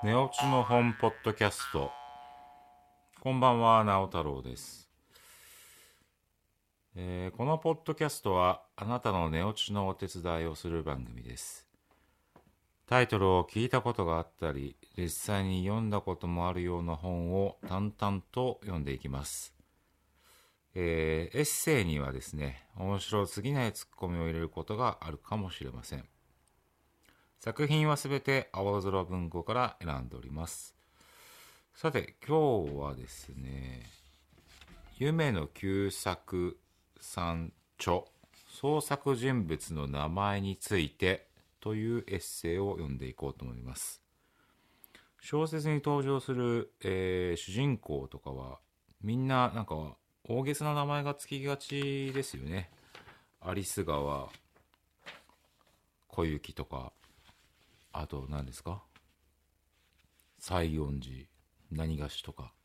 寝落ちの本ポッドキャスト。こんばんは、直太朗です。このポッドキャストはあなたの寝落ちのお手伝いをする番組です。タイトルを聞いたことがあったり、実際に読んだこともあるような本を淡々と読んでいきます。エッセイにはですね、面白すぎないツッコミを入れることがあるかもしれません。作品はすべて青空文庫から選んでおります。さて、今日はですね、夢野久作さん著創作人物の名前についてというエッセイを読んでいこうと思います。小説に登場する、主人公とかはみんななんか大げさな名前がつきがちですよね。有栖川小雪とか、あと何ですか、西園寺何がしとか、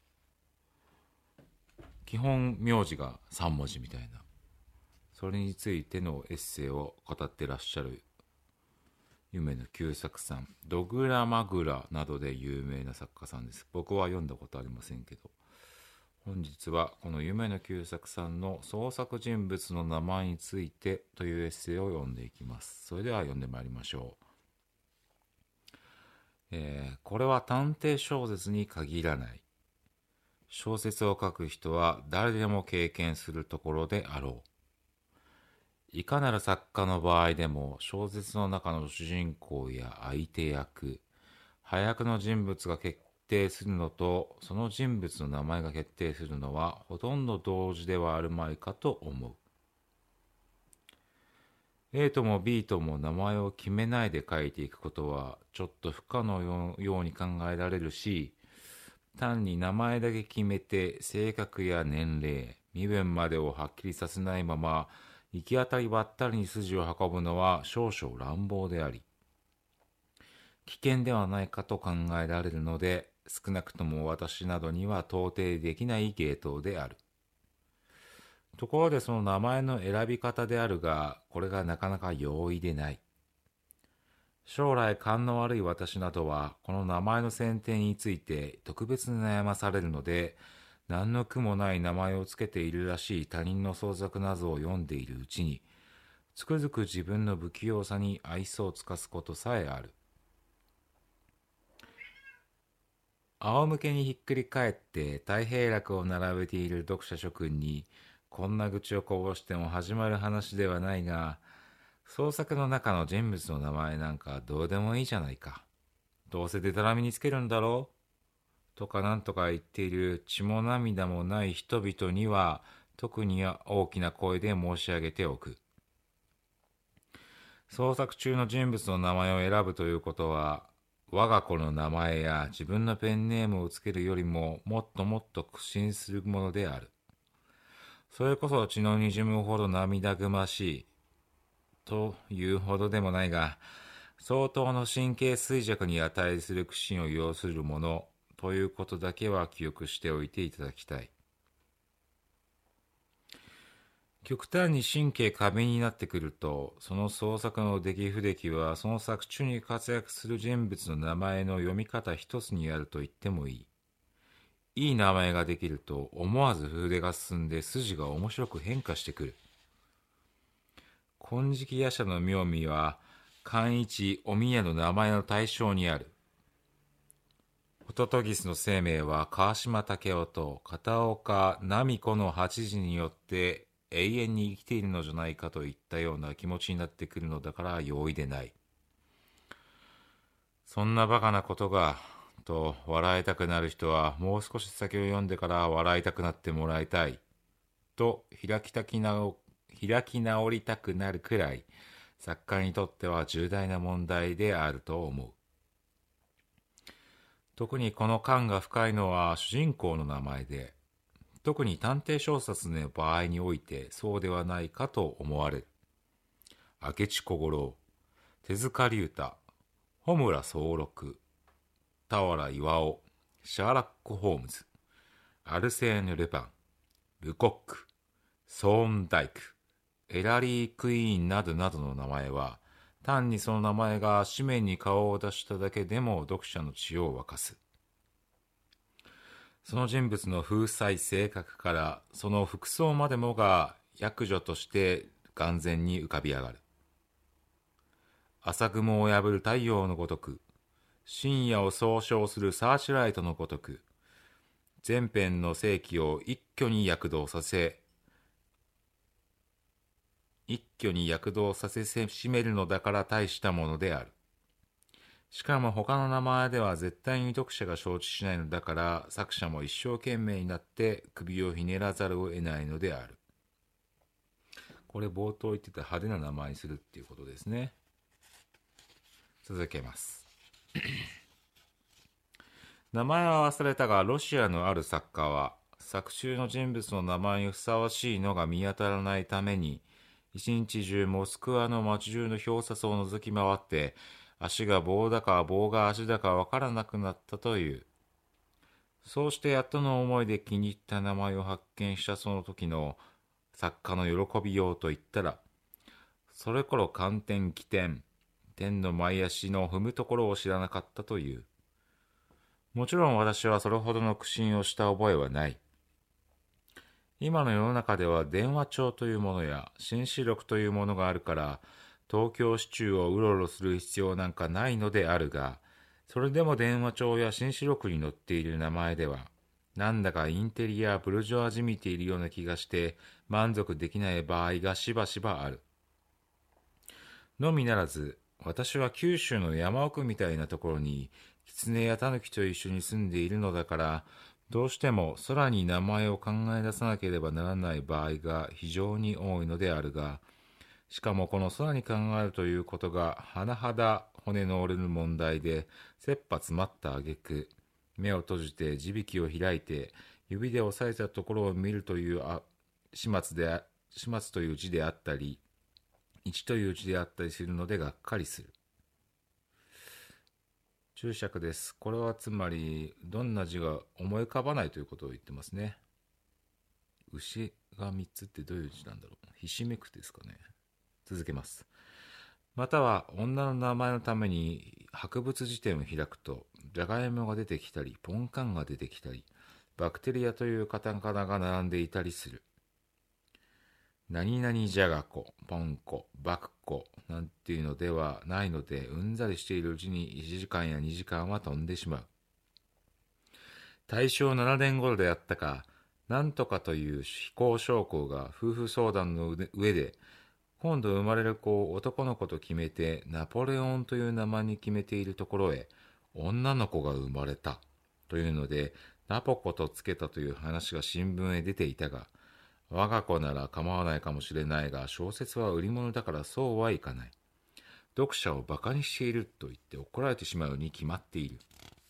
基本名字が3文字みたいな、それについてのエッセイを語ってらっしゃる夢野久作さん、ドグラマグラなどで有名な作家さんです。僕は読んだことありませんけど、本日はこの夢野久作さんの創作人物の名前についてというエッセイを読んでいきます。それでは読んでまいりましょう。これは探偵小説に限らない。小説を書く人は誰でも経験するところであろう。いかなる作家の場合でも小説の中の主人公や相手役、配役の人物が決定するのとその人物の名前が決定するのはほとんど同時ではあるまいかと思う。A とも B とも名前を決めないで書いていくことはちょっと不可能ように考えられるし、単に名前だけ決めて性格や年齢、身分までをはっきりさせないまま行き当たりばったりに筋を運ぶのは少々乱暴であり、危険ではないかと考えられるので、少なくとも私などには到底できない芸当である。ところでその名前の選び方であるが、これがなかなか容易でない。将来勘の悪い私などは、この名前の選定について特別に悩まされるので、何の苦もない名前をつけているらしい他人の創作などを読んでいるうちに、つくづく自分の不器用さに愛想を尽かすことさえある。仰向けにひっくり返って太平楽を並べている読者諸君に、こんな愚痴をこぼしても始まる話ではないが、創作の中の人物の名前なんかどうでもいいじゃないか。どうせデタラメにつけるんだろうとかなんとか言っている血も涙もない人々には、特に大きな声で申し上げておく。創作中の人物の名前を選ぶということは、我が子の名前や自分のペンネームをつけるよりももっともっと苦心するものである。それこそ血の滲むほど涙ぐましいというほどでもないが、相当の神経衰弱に値する苦心を要するものということだけは記憶しておいていただきたい。極端に神経過敏になってくると、その創作の出来不出来はその作中に活躍する人物の名前の読み方一つにあると言ってもいい。いい名前ができると思わず筆が進んで筋が面白く変化してくる。金色夜叉の妙味は寛一お宮の名前の対象にある。ホトトギスの生命は川島武夫と片岡波子の8時によって永遠に生きているのじゃないかといったような気持ちになってくるのだから容易でない。そんなバカなことがと笑いたくなる人はもう少し先を読んでから笑いたくなってもらいたいと開き直りたくなるくらい作家にとっては重大な問題であると思う。特にこの感が深いのは主人公の名前で、特に探偵小説の場合においてそうではないかと思われる。明智小五郎、手塚隆太、穂村宗六、田原巌、シャーラック・ホームズ、アルセーヌ・ルパン、ルコック、ソーンダイク、エラリー・クイーンなどなどの名前は単にその名前が紙面に顔を出しただけでも読者の血を沸かす。その人物の風采性格からその服装までもが役女として眼前に浮かび上がる。朝雲を破る太陽のごとく、深夜を総称するサーチライトのごとく、全編の世紀を一挙に躍動させしめるのだから大したものである。しかも他の名前では絶対に読者が承知しないのだから、作者も一生懸命になって首をひねらざるを得ないのである。これ冒頭言ってた派手な名前にするっていうことですね。続けます。名前は忘れたが、ロシアのある作家は作中の人物の名前にふさわしいのが見当たらないために、一日中モスクワの街中の表札を覗き回って、足が棒だか棒が足だかわからなくなったという。そうしてやっとの思いで気に入った名前を発見したその時の作家の喜びようと言ったら、それころ寒天起点、天の前足の踏むところを知らなかったという。もちろん私はそれほどの苦心をした覚えはない。今の世の中では電話帳というものや新四録というものがあるから、東京市中をうろうろする必要なんかないのであるが、それでも電話帳や新四録に載っている名前では、なんだかインテリやブルジョアじみているような気がして満足できない場合がしばしばある。のみならず、私は九州の山奥みたいなところに狐や狸と一緒に住んでいるのだから、どうしても空に名前を考え出さなければならない場合が非常に多いのであるが、しかもこの空に考えるということが甚だ骨の折れる問題で、切羽詰まった挙句、目を閉じて地引きを開いて指で押さえたところを見るという始末という字であったり、一という字であったりするのでがっかりする。注釈です。これはつまりどんな字が思い浮かばないということを言ってますね。牛が3つってどういう字なんだろう。ひしめくですかね。続けます。または女の名前のために博物辞典を開くと、じゃがいもが出てきたり、ポンカンが出てきたり、バクテリアというカタカナが並んでいたりする。何々じゃがこ、ポンコ、バクコなんていうのではないので、うんざりしているうちに1時間や2時間は飛んでしまう。大正7年頃であったか、なんとかという非行将校が夫婦相談の上で、今度生まれる子を男の子と決めてナポレオンという名前に決めているところへ、女の子が生まれたというのでナポコとつけたという話が新聞へ出ていたが、我が子なら構わないかもしれないが、小説は売り物だからそうはいかない。読者をバカにしていると言って怒られてしまうに決まっている。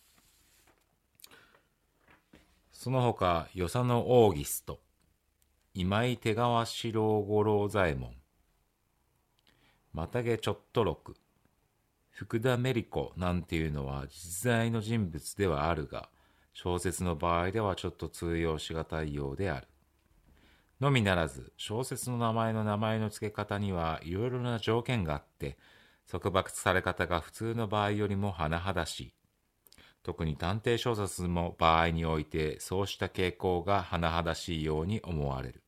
その他、与謝野オーギスト、今井手川四郎五郎左衛門、またげちょっとろく、福田メリコなんていうのは実在の人物ではあるが、小説の場合ではちょっと通用しがたいようである。のみならず、小説の名前の付け方にはいろいろな条件があって、束縛され方が普通の場合よりも甚だしい。特に探偵小説の場合において、そうした傾向が甚だしいように思われる。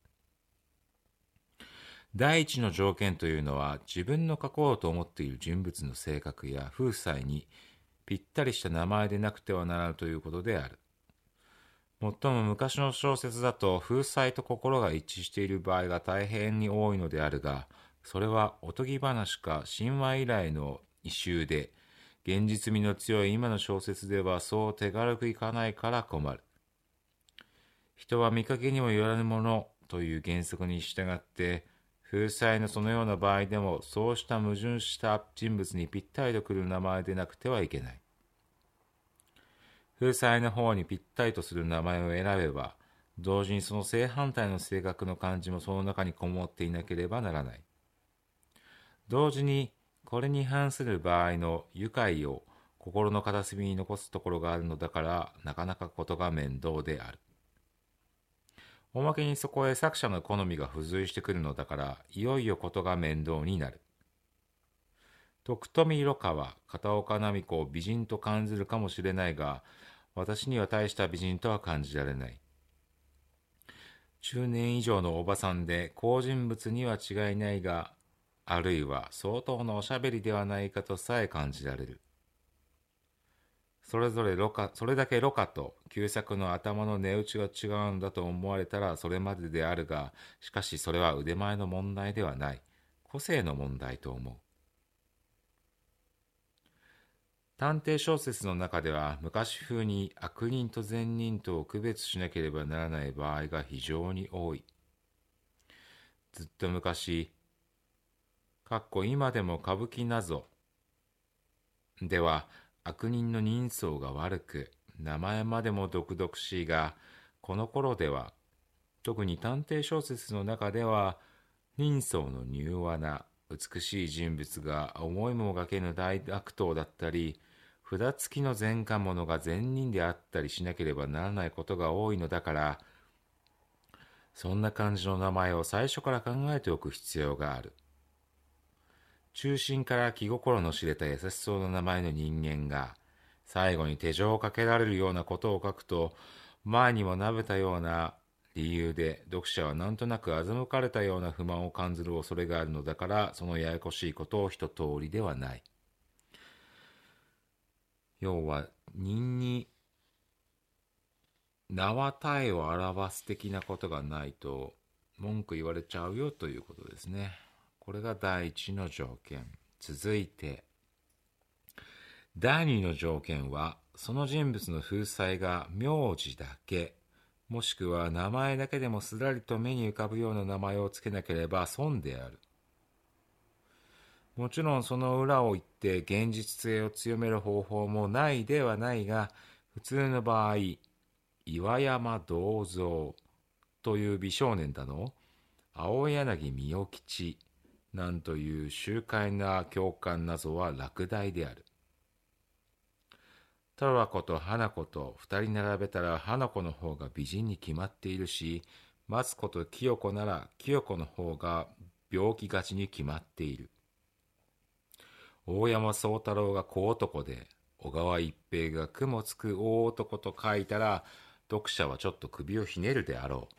第一の条件というのは、自分の書こうと思っている人物の性格や風采にぴったりした名前でなくてはならぬということである。もっとも昔の小説だと風采と心が一致している場合が大変に多いのであるが、それはおとぎ話か神話以来の異臭で、現実味の強い今の小説ではそう手軽くいかないから困る。人は見かけにもよらぬものという原則に従って、風采のそのような場合でもそうした矛盾した人物にぴったりとくる名前でなくてはいけない。風采の方にぴったりとする名前を選べば、同時にその正反対の性格の感じもその中にこもっていなければならない。同時にこれに反する場合の愉快を心の片隅に残すところがあるのだから、なかなかことが面倒である。おまけにそこへ作者の好みが付随してくるのだから、いよいよことが面倒になる。 徳富色川、片岡波子を美人と感じるかもしれないが、私には大した美人とは感じられない。中年以上のおばさんで好人物には違いないが、あるいは相当のおしゃべりではないかとさえ感じられる。それだけろ過と旧作の頭の値打ちが違うんだと思われたらそれまでであるが、しかしそれは腕前の問題ではない。個性の問題と思う。探偵小説の中では昔風に悪人と善人とを区別しなければならない場合が非常に多い。ずっと昔、今でも歌舞伎なぞでは悪人の人相が悪く、名前までも毒々しいが、この頃では、特に探偵小説の中では、人相の柔和な美しい人物が思いもがけぬ大悪党だったり、札付きの前科者が善人であったりしなければならないことが多いのだから、そんな感じの名前を最初から考えておく必要がある。中心から気心の知れた優しそうな名前の人間が、最後に手錠をかけられるようなことを書くと、前にも述べたような理由で読者はなんとなく欺かれたような不満を感じる恐れがあるのだから、そのややこしいことを一通りではない。要は人に名は体を表す的なことがないと文句言われちゃうよということですね。これが第一の条件。続いて第二の条件は、その人物の風采が名字だけ、もしくは名前だけでもすらりと目に浮かぶような名前をつけなければ損である。もちろんその裏を言って現実性を強める方法もないではないが、普通の場合、岩山銅蔵という美少年だの、青柳御代吉なんという秀怪な教官なぞは落第である。十和子と花子と二人並べたら花子の方が美人に決まっているし、松子と清子なら清子の方が病気がちに決まっている。大山宗太郎が小男で、小川一平が雲つく大男と書いたら、読者はちょっと首をひねるであろう。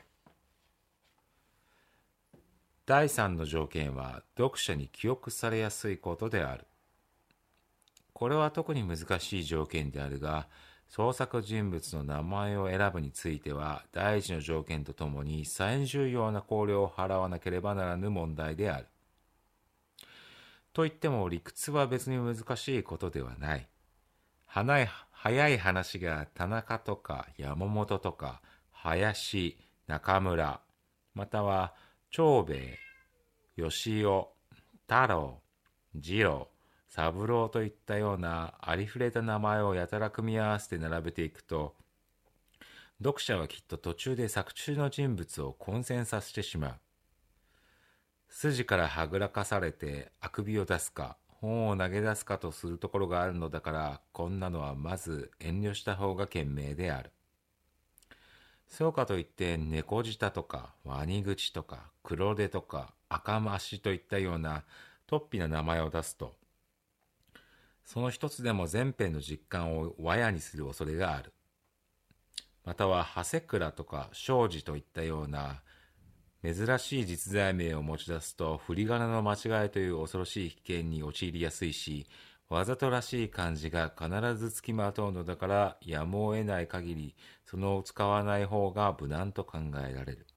第三の条件は読者に記憶されやすいことである。これは特に難しい条件であるが、創作人物の名前を選ぶについては第一の条件とともに最重要な考慮を払わなければならぬ問題である。といっても理屈は別に難しいことではない。早い話が田中とか山本とか林、中村、または長兵衛、吉尾、太郎、次郎、三郎といったようなありふれた名前をやたら組み合わせて並べていくと、読者はきっと途中で作中の人物を混戦させてしまう。筋からはぐらかされてあくびを出すか、本を投げ出すかとするところがあるのだから、こんなのはまず遠慮した方が賢明である。そうかといって猫舌とかワニ口とか黒手とか赤増といったような突飛な名前を出すと、その一つでも前編の実感をわやにする恐れがある。または長谷倉とか庄司といったような珍しい実在名を持ち出すと、振り仮名の間違いという恐ろしい危険に陥りやすいし、わざとらしい漢字が必ずつきまとうのだから、やむを得ない限りそのを使わない方が無難と考えられる。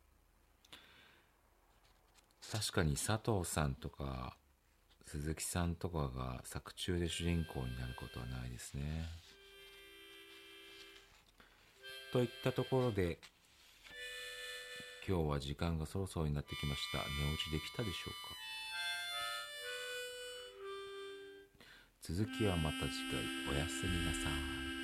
確かに佐藤さんとか鈴木さんとかが作中で主人公になることはないですね。といったところで、今日は時間がそろそろになってきました。寝落ちできたでしょうか。続きはまた次回。おやすみなさい。